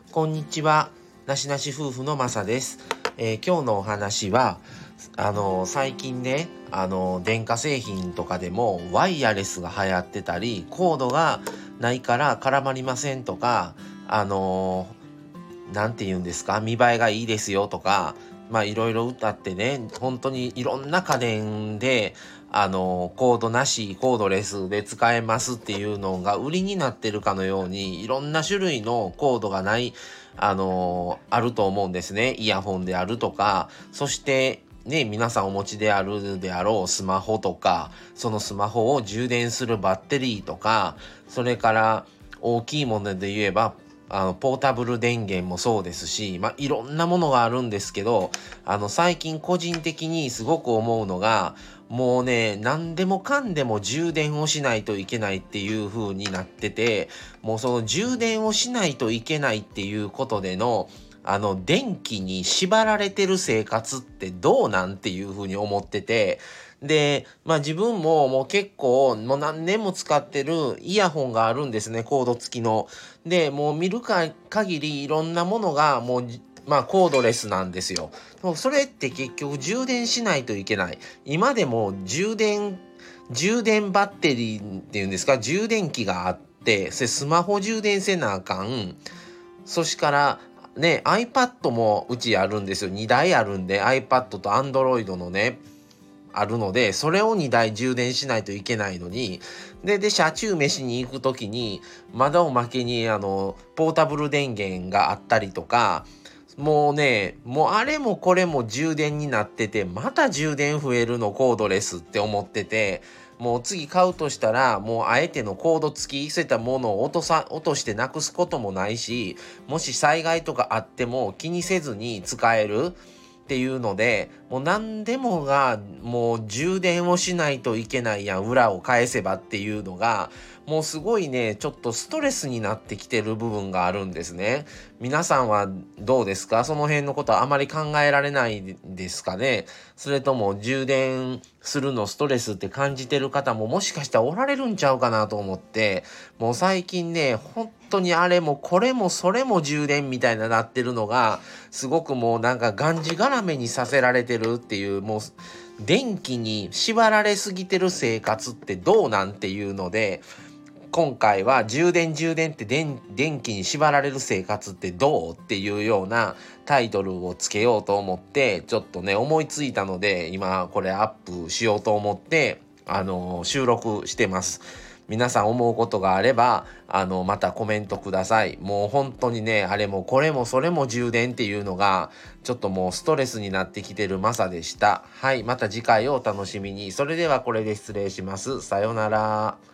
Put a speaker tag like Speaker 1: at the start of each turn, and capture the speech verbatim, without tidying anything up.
Speaker 1: こんにちは。なしなし夫婦のまさです。えー今日のお話は、あの最近ね、あの電化製品とかでもワイヤレスが流行ってたり、コードがないから絡まりませんとか、あのなんて言うんですか、見栄えがいいですよとか、まあいろいろ歌ってね、本当にいろんな家電で、あの、コードなし、コードレスで使えますっていうのが売りになってるかのように、いろんな種類のコードがない、あの、あると思うんですね。イヤホンであるとか、そして、ね、皆さんお持ちであるであろうスマホとか、そのスマホを充電するバッテリーとか、それから大きいもので言えば、あのポータブル電源もそうですし、まあ、いろんなものがあるんですけど、あの最近個人的にすごく思うのが、もうね、何でもかんでも充電をしないといけないっていう風になってて、もうその充電をしないといけないっていうことでの、あの電気に縛られてる生活ってどうなんていう風に思ってて、で、まあ自分ももう結構もう何年も使ってるイヤホンがあるんですね、コード付きの。で、もう見るか限りいろんなものがもうじまあコードレスなんですよ。でもそれって結局充電しないといけない。今でも充電、充電バッテリーっていうんですか、充電器があって、それスマホ充電せなあかん。そしからね、iPad もうちあるんですよ。にだいあるんで、iPad と Android のね、あるので、それをにだい充電しないといけないのに、で、で、車中飯に行くときに、まだおまけに、あの、ポータブル電源があったりとか、もうね、もうあれもこれも充電になってて、また充電増えるのコードレスって思ってて、もう次買うとしたら、もうあえてのコード付き、そういったものを落とさ、落としてなくすこともないし、もし災害とかあっても気にせずに使える。っていうので、もう何でもがもう充電をしないといけないやん、裏を返せばっていうのが、もうすごいね、ちょっとストレスになってきてる部分があるんですね。皆さんはどうですか？その辺のことはあまり考えられないですかね？それとも充電するのストレスって感じてる方ももしかしたらおられるんちゃうかなと思って、もう最近ね、本当にあれもこれもそれも充電みたいななってるのが、すごくもうなんかがんじがらめにさせられてるっていう、もう電気に縛られすぎてる生活ってどうなんていうので、今回は充電充電って電電気に縛られる生活ってどうっていうようなタイトルをつけようと思って、ちょっとね思いついたので今これアップしようと思ってあの収録してます。皆さん思うことがあればあのまたコメントください。もう本当にね、あれもこれもそれも充電っていうのがちょっともうストレスになってきてるマサでした。はい、また次回をお楽しみに。それではこれで失礼します。さようなら。